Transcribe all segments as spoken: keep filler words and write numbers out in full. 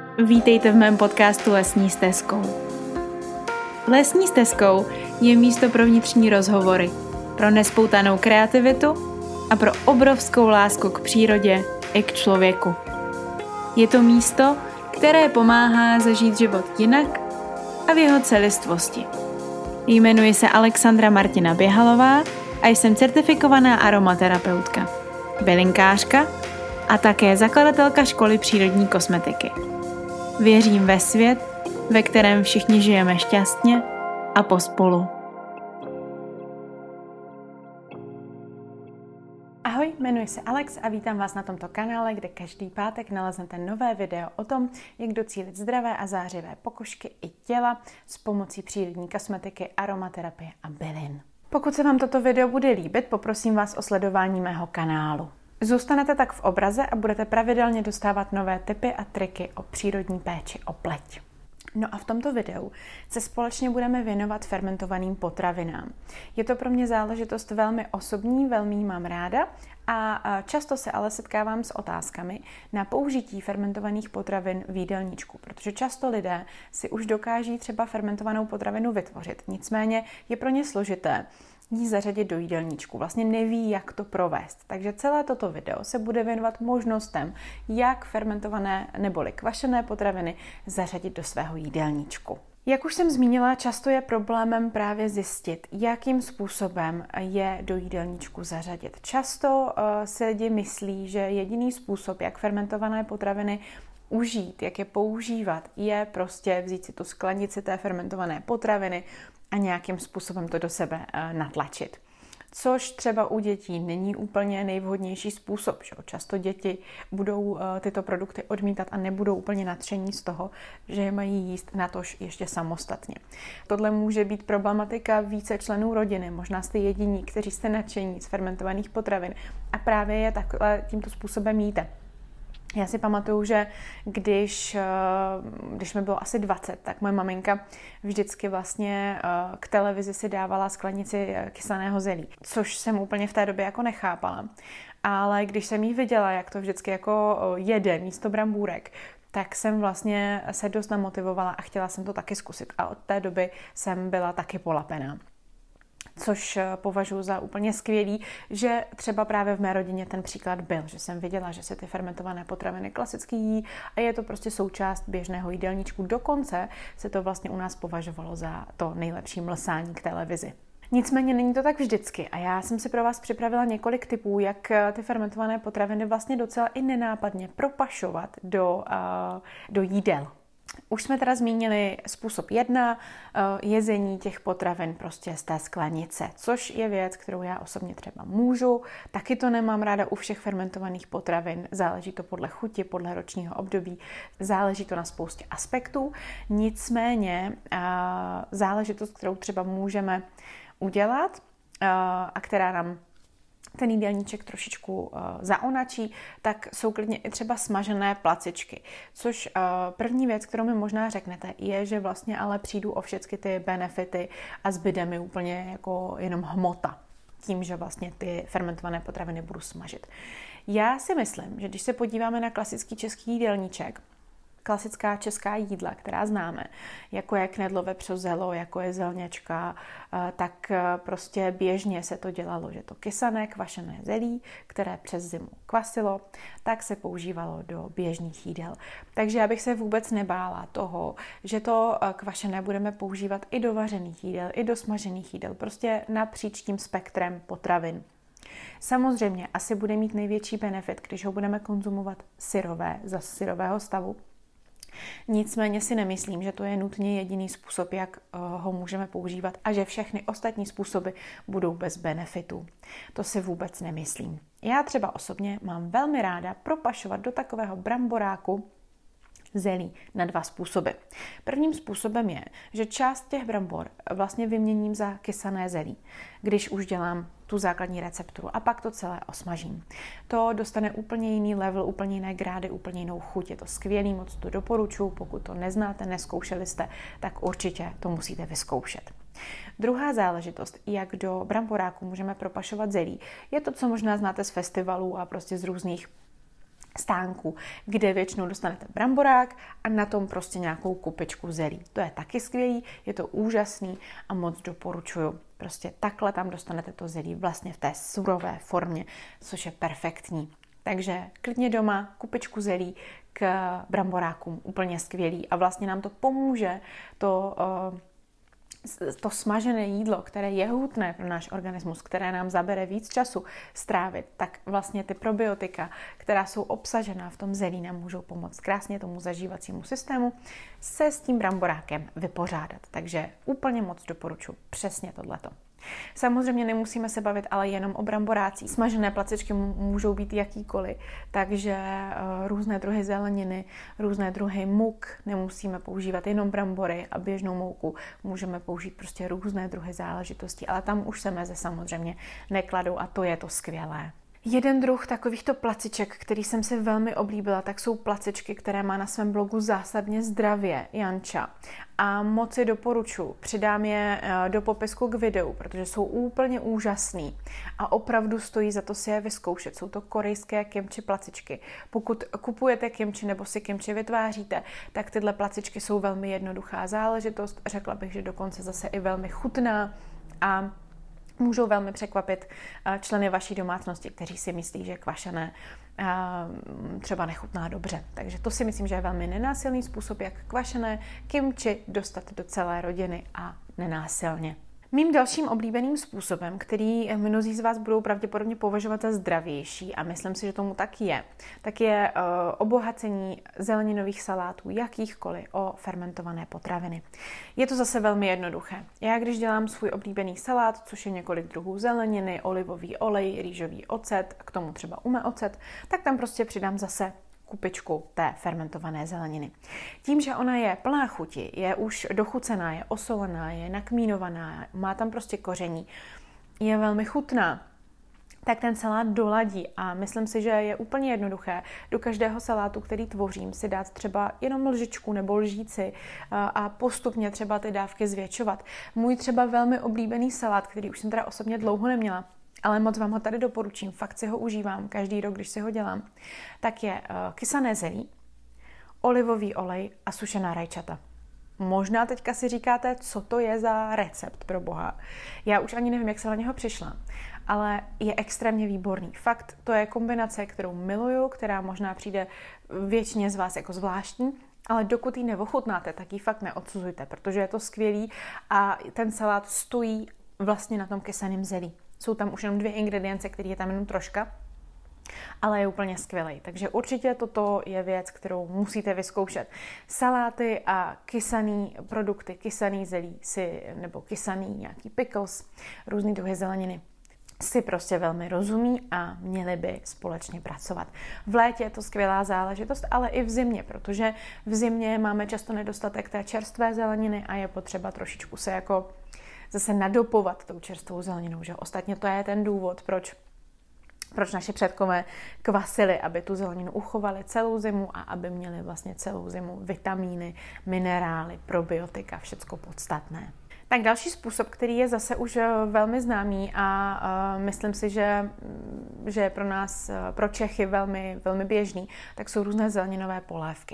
Vítejte v mém podcastu Lesní stezkou. Lesní stezkou je místo pro vnitřní rozhovory, pro nespoutanou kreativitu a pro obrovskou lásku k přírodě i k člověku. Je to místo, které pomáhá zažít život jinak a v jeho celistvosti. Jmenuji se Alexandra Martina Běhalová a jsem certifikovaná aromaterapeutka, bylinkářka a také zakladatelka školy přírodní kosmetiky. Věřím ve svět, ve kterém všichni žijeme šťastně a pospolu. Ahoj, jmenuji se Alex a vítám vás na tomto kanále, kde každý pátek naleznete nové video o tom, jak docílit zdravé a zářivé pokožky i těla s pomocí přírodní kosmetiky, aromaterapie a bylin. Pokud se vám toto video bude líbit, poprosím vás o sledování mého kanálu. Zůstanete tak v obraze a budete pravidelně dostávat nové tipy a triky o přírodní péči o pleť. No a v tomto videu se společně budeme věnovat fermentovaným potravinám. Je to pro mě záležitost velmi osobní, velmi ji mám ráda a často se ale setkávám s otázkami na použití fermentovaných potravin v jídelníčku, protože často lidé si už dokáží třeba fermentovanou potravinu vytvořit, nicméně je pro ně složité jí zařadit do jídelníčku. Vlastně neví, jak to provést. Takže celé toto video se bude věnovat možnostem, jak fermentované neboli kvašené potraviny zařadit do svého jídelníčku. Jak už jsem zmínila, často je problémem právě zjistit, jakým způsobem je do jídelníčku zařadit. Často uh, si lidi myslí, že jediný způsob, jak fermentované potraviny užít, jak je používat, je prostě vzít si tu sklenici té fermentované potraviny a nějakým způsobem to do sebe natlačit. Což třeba u dětí není úplně nejvhodnější způsob. Že? Často děti budou tyto produkty odmítat a nebudou úplně nadšení z toho, že je mají jíst natož ještě samostatně. Tohle může být problematika více členů rodiny. Možná jste jediní, kteří jste nadšení z fermentovaných potravin a právě je takhle tímto způsobem jíte. Já si pamatuju, že když, když mi bylo asi dvacet, tak moje maminka vždycky vlastně k televizi si dávala sklenici kysaného zelí, což jsem úplně v té době jako nechápala. Ale když jsem jí viděla, jak to vždycky jako jede místo brambůrek, tak jsem vlastně se dost namotivovala a chtěla jsem to taky zkusit. A od té doby jsem byla taky polapená. Což považuji za úplně skvělý, že třeba právě v mé rodině ten příklad byl, že jsem viděla, že se ty fermentované potraviny klasicky jí a je to prostě součást běžného jídelníčku. Dokonce se to vlastně u nás považovalo za to nejlepší mlsání k televizi. Nicméně není to tak vždycky a já jsem si pro vás připravila několik tipů, jak ty fermentované potraviny vlastně docela i nenápadně propašovat do, uh, do jídel. Už jsme teda zmínili způsob jedna, jezení těch potravin prostě z té sklenice, což je věc, kterou já osobně třeba můžu. Taky to nemám ráda u všech fermentovaných potravin, záleží to podle chuti, podle ročního období, záleží to na spoustě aspektů. Nicméně záležitost, kterou třeba můžeme udělat a která nám ten jídelníček trošičku uh, zaonačí, tak jsou klidně i třeba smažené placičky. Což uh, první věc, kterou mi možná řeknete, je, že vlastně ale přijdu o všechny ty benefity a zbyde mi úplně jako jenom hmota. Tím, že vlastně ty fermentované potraviny budu smažit. Já si myslím, že když se podíváme na klasický český jídelníček, klasická česká jídla, která známe, jako je knedlové přozelo, jako je zelněčka, tak prostě běžně se to dělalo, že to kysané, kvašené zelí, které přes zimu kvasilo, tak se používalo do běžných jídel. Takže já bych se vůbec nebála toho, že to kvašené budeme používat i do vařených jídel, i do smažených jídel, prostě napříč tím spektrem potravin. Samozřejmě asi bude mít největší benefit, když ho budeme konzumovat syrové, za syrového stavu. Nicméně si nemyslím, že to je nutně jediný způsob, jak ho můžeme používat a že všechny ostatní způsoby budou bez benefitů. To si vůbec nemyslím. Já třeba osobně mám velmi ráda propašovat do takového bramboráku zelí na dva způsoby. Prvním způsobem je, že část těch brambor vlastně vyměním za kysané zelí, když už dělám tu základní recepturu a pak to celé osmažím. To dostane úplně jiný level, úplně jiné grády, úplně jinou chuť. Je to skvělý, moc to doporučuji. Pokud to neznáte, neskoušeli jste, tak určitě to musíte vyzkoušet. Druhá záležitost, jak do bramboráku můžeme propašovat zelí, je to, co možná znáte z festivalů a prostě z různých stánku, kde většinou dostanete bramborák a na tom prostě nějakou kupičku zelí. To je taky skvělý, je to úžasný a moc doporučuju. Prostě takhle tam dostanete to zelí vlastně v té surové formě, což je perfektní. Takže klidně doma kupičku zelí k bramborákům, úplně skvělý a vlastně nám to pomůže to uh, to smažené jídlo, které je hutné pro náš organismus, které nám zabere víc času strávit, tak vlastně ty probiotika, která jsou obsažená v tom zelí, nám můžou pomoct krásně tomu zažívacímu systému se s tím bramborákem vypořádat. Takže úplně moc doporučuji přesně tohleto. Samozřejmě nemusíme se bavit ale jenom o bramborácích. Smažené placičky můžou být jakýkoliv, takže různé druhy zeleniny, různé druhy muk, nemusíme používat jenom brambory a běžnou mouku, můžeme použít prostě různé druhy záležitostí, ale tam už se meze samozřejmě nekladou a to je to skvělé. Jeden druh takovýchto placiček, který jsem si velmi oblíbila, tak jsou placičky, které má na svém blogu Zásadně zdravě Janča. A moc je doporučuji. Přidám je do popisku k videu, protože jsou úplně úžasný a opravdu stojí za to si je vyzkoušet. Jsou to korejské kimchi placičky. Pokud kupujete kimchi nebo si kimchi vytváříte, tak tyhle placičky jsou velmi jednoduchá záležitost. Řekla bych, že dokonce zase i velmi chutná a můžou velmi překvapit členy vaší domácnosti, kteří si myslí, že kvašené třeba nechutná dobře. Takže to si myslím, že je velmi nenásilný způsob, jak kvašené kimchi dostat do celé rodiny a nenásilně. Mým dalším oblíbeným způsobem, který mnozí z vás budou pravděpodobně považovat za zdravější, a myslím si, že tomu tak je, tak je uh, obohacení zeleninových salátů jakýchkoliv o fermentované potraviny. Je to zase velmi jednoduché. Já když dělám svůj oblíbený salát, což je několik druhů zeleniny, olivový olej, rýžový ocet, k tomu třeba ume ocet, tak tam prostě přidám zase kupičku té fermentované zeleniny. Tím, že ona je plná chuti, je už dochucená, je osolená, je nakmínovaná, má tam prostě koření, je velmi chutná, tak ten salát doladí a myslím si, že je úplně jednoduché do každého salátu, který tvořím, si dát třeba jenom lžičku nebo lžíci a postupně třeba ty dávky zvětšovat. Můj třeba velmi oblíbený salát, který už jsem teda osobně dlouho neměla, ale moc vám ho tady doporučím, fakt si ho užívám každý rok, když si ho dělám, tak je uh, kysané zelí, olivový olej a sušená rajčata. Možná teďka si říkáte, co to je za recept pro boha. Já už ani nevím, jak jsem na něho přišla, ale je extrémně výborný. Fakt, to je kombinace, kterou miluju, která možná přijde většině z vás jako zvláštní, ale dokud ji neochutnáte, tak ji fakt neodsuzujte, protože je to skvělý a ten salát stojí vlastně na tom kysaném zelí. Jsou tam už jenom dvě ingredience, které je tam jenom troška, ale je úplně skvělý. Takže určitě toto je věc, kterou musíte vyzkoušet. Saláty a kysaný produkty, kysaný zelí si, nebo kysaný nějaký pickles, různý druhy zeleniny, si prostě velmi rozumí a měli by společně pracovat. V létě je to skvělá záležitost, ale i v zimě, protože v zimě máme často nedostatek té čerstvé zeleniny a je potřeba trošičku se jako zase nadopovat tou čerstvou zeleninou, že ostatně to je ten důvod, proč, proč naši předkové kvasili, aby tu zeleninu uchovali celou zimu a aby měli vlastně celou zimu vitamíny, minerály, probiotika, všecko podstatné. Tak další způsob, který je zase už velmi známý a uh, myslím si, že, že je pro nás, pro Čechy velmi, velmi běžný, tak jsou různé zeleninové polévky.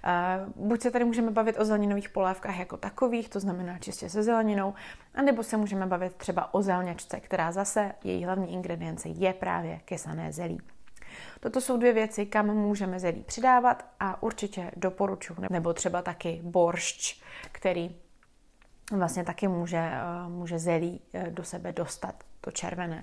Uh, buď se tady můžeme bavit o zeleninových polévkách jako takových, to znamená čistě se zeleninou, anebo se můžeme bavit třeba o zelňačce, která zase, její hlavní ingredience je právě kysané zelí. Toto jsou dvě věci, kam můžeme zelí přidávat a určitě doporučuji. Nebo třeba taky boršč, který vlastně taky může, může zelí do sebe dostat, to červené.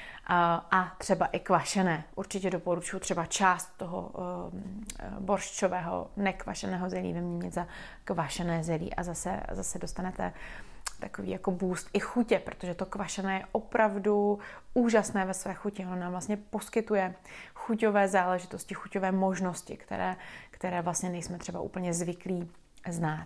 A třeba i kvašené. Určitě doporučuji třeba část toho borščového nekvašeného zelí vyměnit za kvašené zelí a zase, zase dostanete takový jako boost i chutě, protože to kvašené je opravdu úžasné ve své chuti. Ono nám vlastně poskytuje chuťové záležitosti, chuťové možnosti, které, které vlastně nejsme třeba úplně zvyklí znát.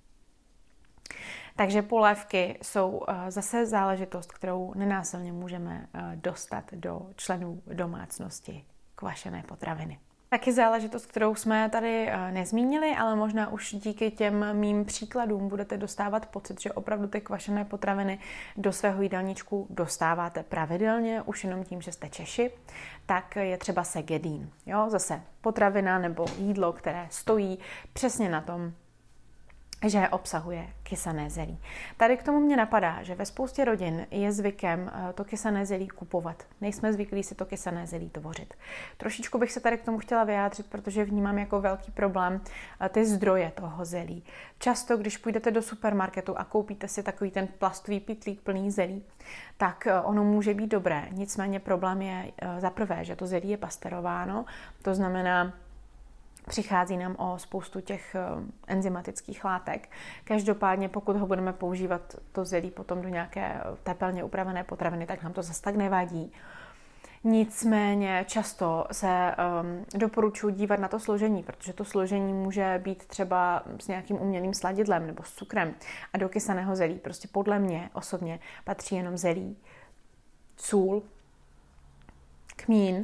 Takže polévky jsou zase záležitost, kterou nenásilně můžeme dostat do členů domácnosti kvašené potraviny. Taky záležitost, kterou jsme tady nezmínili, ale možná už díky těm mým příkladům budete dostávat pocit, že opravdu ty kvašené potraviny do svého jídelníčku dostáváte pravidelně, už jenom tím, že jste Češi, tak je třeba segedín. Jo? Zase potravina nebo jídlo, které stojí přesně na tom, že obsahuje kysané zelí. Tady k tomu mě napadá, že ve spoustě rodin je zvykem to kysané zelí kupovat. Nejsme zvyklí si to kysané zelí tvořit. Trošičku bych se tady k tomu chtěla vyjádřit, protože vnímám jako velký problém ty zdroje toho zelí. Často, když půjdete do supermarketu a koupíte si takový ten plastový pytlík plný zelí, tak ono může být dobré. Nicméně problém je za prvé, že to zelí je pasterováno, to znamená, přichází nám o spoustu těch enzymatických látek. Každopádně, pokud ho budeme používat to zelí potom do nějaké tepelně upravené potraviny, tak nám to zase tak nevadí. Nicméně často se um, doporučuji dívat na to složení, protože to složení může být třeba s nějakým umělým sladidlem nebo s cukrem. A do kysaného zelí prostě podle mě osobně patří jenom zelí, sůl, kmín,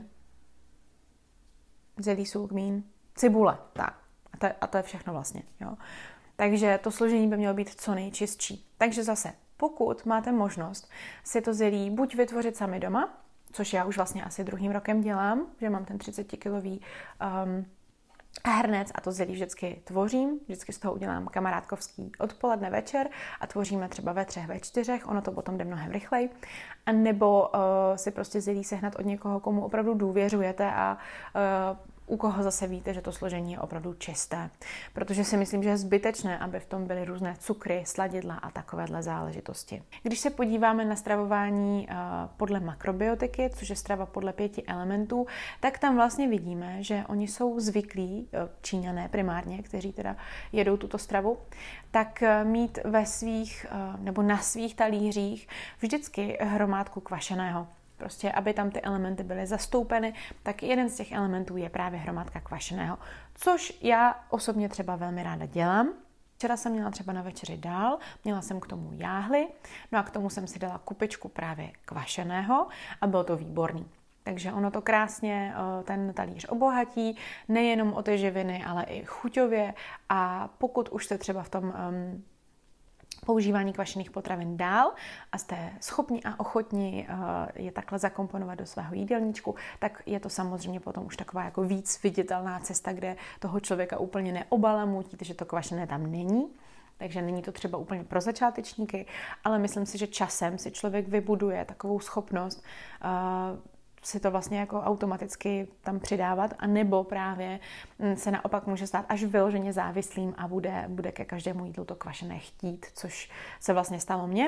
zelí, sůl, kmín, cibule, tak. A to, a to je všechno vlastně, jo. Takže to složení by mělo být co nejčistší. Takže zase, pokud máte možnost si to zelí buď vytvořit sami doma, což já už vlastně asi druhým rokem dělám, že mám ten třicetikilový um, hrnec a to zelí vždycky tvořím, vždycky z toho udělám kamarádkovský odpoledne večer a tvoříme třeba ve třech, ve čtyřech, ono to potom jde mnohem rychleji. A nebo uh, si prostě zelí sehnat od někoho, komu opravdu důvěřujete a uh, u koho zase víte, že to složení je opravdu čisté. Protože si myslím, že je zbytečné, aby v tom byly různé cukry, sladidla a takovéhle záležitosti. Když se podíváme na stravování uh, podle makrobiotiky, což je strava podle pěti elementů, tak tam vlastně vidíme, že oni jsou zvyklí, uh, Číňané primárně, kteří teda jedou tuto stravu, tak uh, mít ve svých, uh, nebo na svých talířích vždycky hromádku kvašeného. Prostě, aby tam ty elementy byly zastoupeny, tak jeden z těch elementů je právě hromádka kvašeného, což já osobně třeba velmi ráda dělám. Včera jsem měla třeba na večeři dál, měla jsem k tomu jáhly, no a k tomu jsem si dala kupičku právě kvašeného a bylo to výborný. Takže ono to krásně ten talíř obohatí, nejenom o ty živiny, ale i chuťově a pokud už jste třeba v tom um, používání kvašených potravin dál a jste schopni a ochotni je takhle zakomponovat do svého jídelníčku, tak je to samozřejmě potom už taková jako víc viditelná cesta, kde toho člověka úplně neobalamutíte, že to kvašené tam není. Takže není to třeba úplně pro začátečníky, ale myslím si, že časem si člověk vybuduje takovou schopnost uh, si to vlastně jako automaticky tam přidávat, a nebo právě se naopak může stát až vyloženě závislým a bude, bude ke každému jídlu to kvašené chtít, což se vlastně stalo mně.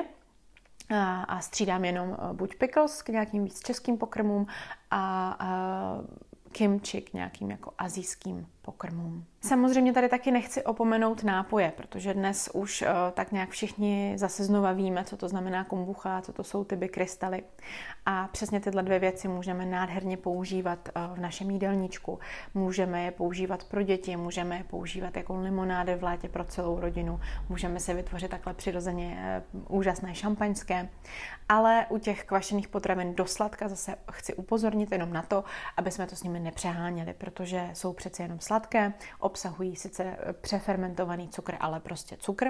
A, a střídám jenom buď pickles k nějakým víc českým pokrmům a, a kimchi k nějakým jako asijským pokrmům. Samozřejmě tady taky nechci opomenout nápoje, protože dnes už uh, tak nějak všichni zase znova víme, co to znamená kombucha, co to jsou ty bykrystaly. A přesně tyhle dvě věci můžeme nádherně používat uh, v našem jídelníčku. Můžeme je používat pro děti, můžeme je používat jako limonády v létě pro celou rodinu, můžeme si vytvořit takhle přirozeně uh, úžasné šampaňské. Ale u těch kvašených potravin do sladka zase chci upozornit jenom na to, aby jsme to s nimi nepřeháněli, protože jsou přece jenom sladké, obsahují sice přefermentovaný cukr, ale prostě cukr.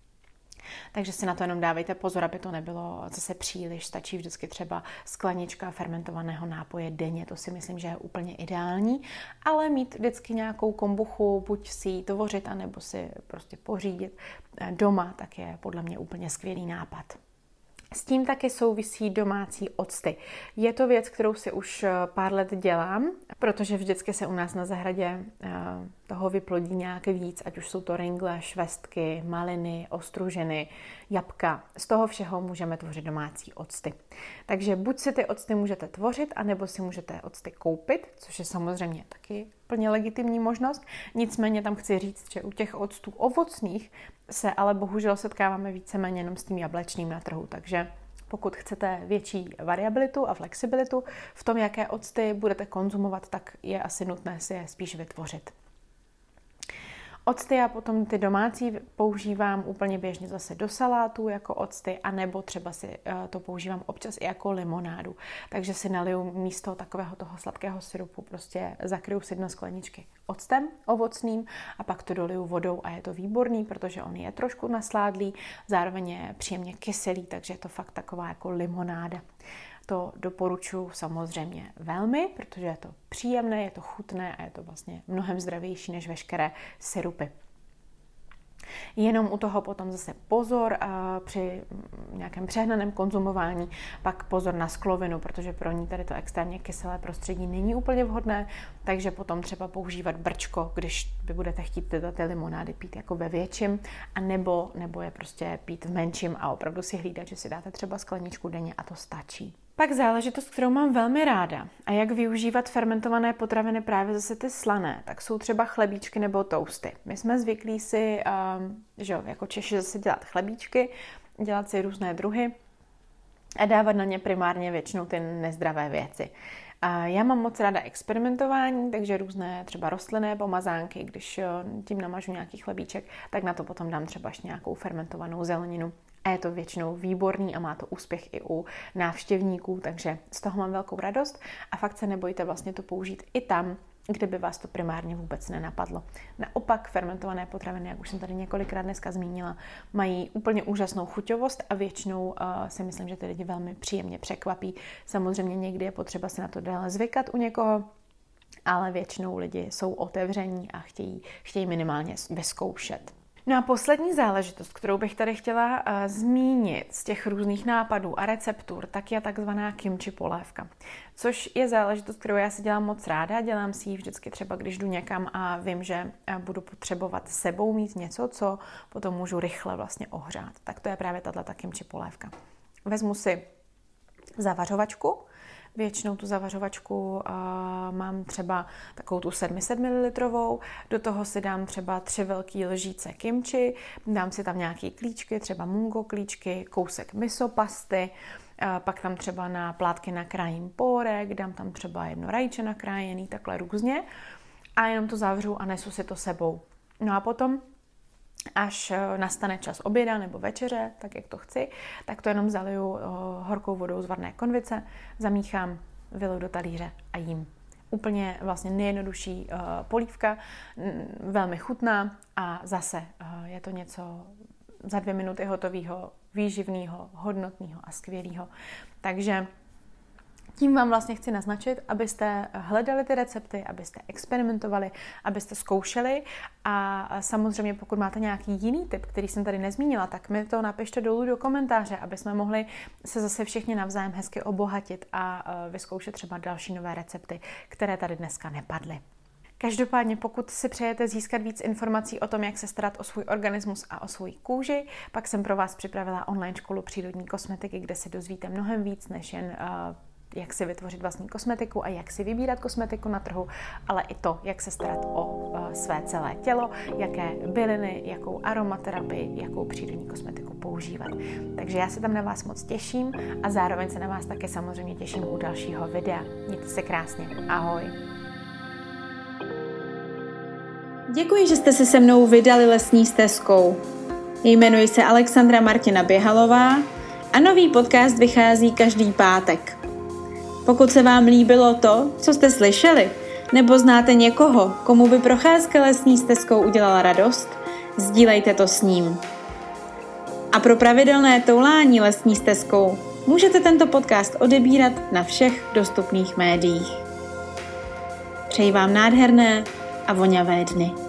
Takže si na to jenom dávejte pozor, aby to nebylo zase příliš. Stačí vždycky třeba sklenička fermentovaného nápoje denně, to si myslím, že je úplně ideální. Ale mít vždycky nějakou kombuchu, buď si ji tvořit, anebo si prostě pořídit doma, tak je podle mě úplně skvělý nápad. S tím taky souvisí domácí octy. Je to věc, kterou si už pár let dělám, protože vždycky se u nás na zahradě toho vyplodí nějak víc, ať už jsou to ringle, švestky, maliny, ostružiny, jabka. Z toho všeho můžeme tvořit domácí octy. Takže buď si ty octy můžete tvořit, anebo si můžete octy koupit, což je samozřejmě taky plně legitimní možnost. Nicméně tam chci říct, že u těch octů ovocných se ale bohužel setkáváme víceméně jenom s tím jablečným na trhu, takže pokud chcete větší variabilitu a flexibilitu v tom, jaké octy budete konzumovat, tak je asi nutné si je spíš vytvořit. Octy já potom ty domácí používám úplně běžně zase do salátů jako octy, anebo třeba si to používám občas i jako limonádu. Takže si naliju místo takového toho sladkého syrupu, prostě zakryju si dno skleničky octem ovocným a pak to doliju vodou a je to výborný, protože on je trošku nasládlý, zároveň je příjemně kyselý, takže je to fakt taková jako limonáda. To doporučuji samozřejmě velmi, protože je to příjemné, je to chutné a je to vlastně mnohem zdravější než veškeré syrupy. Jenom u toho potom zase pozor a při nějakém přehnaném konzumování, pak pozor na sklovinu, protože pro ní tady to extrémně kyselé prostředí není úplně vhodné, takže potom třeba používat brčko, když by budete chtít tyto ty limonády pít jako ve větším, a nebo, nebo je prostě pít v menším a opravdu si hlídat, že si dáte třeba skleničku denně a to stačí. Pak záležitost, kterou mám velmi ráda a jak využívat fermentované potraviny právě zase ty slané, tak jsou třeba chlebíčky nebo toasty. My jsme zvyklí si, um, že jako Češi zase dělat chlebíčky, dělat si různé druhy a dávat na ně primárně většinou ty nezdravé věci. A já mám moc ráda experimentování, takže různé třeba rostlinné pomazánky, když tím namažu nějaký chlebíček, tak na to potom dám třeba ještě nějakou fermentovanou zeleninu. A je to většinou výborný a má to úspěch i u návštěvníků, takže z toho mám velkou radost a fakt se nebojte vlastně to použít i tam, kde by vás to primárně vůbec nenapadlo. Naopak fermentované potraviny, jak už jsem tady několikrát dneska zmínila, mají úplně úžasnou chuťovost a většinou uh, si myslím, že ty lidi velmi příjemně překvapí. Samozřejmě někdy je potřeba si na to déle zvykat u někoho, ale většinou lidi jsou otevření a chtějí, chtějí minimálně vyzkoušet. No a poslední záležitost, kterou bych tady chtěla uh, zmínit z těch různých nápadů a receptur, tak je takzvaná kimchi polévka. Což je záležitost, kterou já si dělám moc ráda. Dělám si ji vždycky třeba, když jdu někam a vím, že uh, budu potřebovat s sebou mít něco, co potom můžu rychle vlastně ohřát. Tak to je právě tato kimchi polévka. Vezmu si zavařovačku. Většinou tu zavařovačku uh, mám třeba takovou tu sedm set mililitrů, do toho si dám třeba tři velké lžíce kimchi, dám si tam nějaké klíčky, třeba mungo klíčky, kousek miso pasty, uh, pak tam třeba na plátky nakrájím pórek, dám tam třeba jedno rajče nakrájený, takhle různě a jenom to zavřu a nesu si to sebou. No a potom až nastane čas oběda nebo večeře, tak jak to chci, tak to jenom zaliju uh, horkou vodou z varné konvice, zamíchám, vyliju do talíře a jím. Úplně vlastně nejjednodušší uh, polívka, m, velmi chutná a zase uh, je to něco za dvě minuty hotového, výživného, hodnotného a skvělého. Takže tím vám vlastně chci naznačit, abyste hledali ty recepty, abyste experimentovali, abyste zkoušeli a samozřejmě pokud máte nějaký jiný tip, který jsem tady nezmínila, tak mi to napište dolů do komentáře, aby jsme mohli se zase všichni navzájem hezky obohatit a vyzkoušet třeba další nové recepty, které tady dneska nepadly. Každopádně, pokud si přejete získat víc informací o tom, jak se starat o svůj organismus a o svou kůži, pak jsem pro vás připravila online školu přírodní kosmetiky, kde si dozvíte mnohem víc než jen uh, jak si vytvořit vlastní kosmetiku a jak si vybírat kosmetiku na trhu, ale i to, jak se starat o uh, své celé tělo, jaké byliny, jakou aromaterapii, jakou přírodní kosmetiku používat. Takže já se tam na vás moc těším a zároveň se na vás také samozřejmě těším u dalšího videa. Mějte se krásně. Ahoj. Děkuji, že jste se se mnou vydali lesní stezkou. Jmenuji se Alexandra Martina Běhalová a nový podcast vychází každý pátek. Pokud se vám líbilo to, co jste slyšeli, nebo znáte někoho, komu by procházka lesní stezkou udělala radost, sdílejte to s ním. A pro pravidelné toulání lesní stezkou můžete tento podcast odebírat na všech dostupných médiích. Přeji vám nádherné a voňavé dny.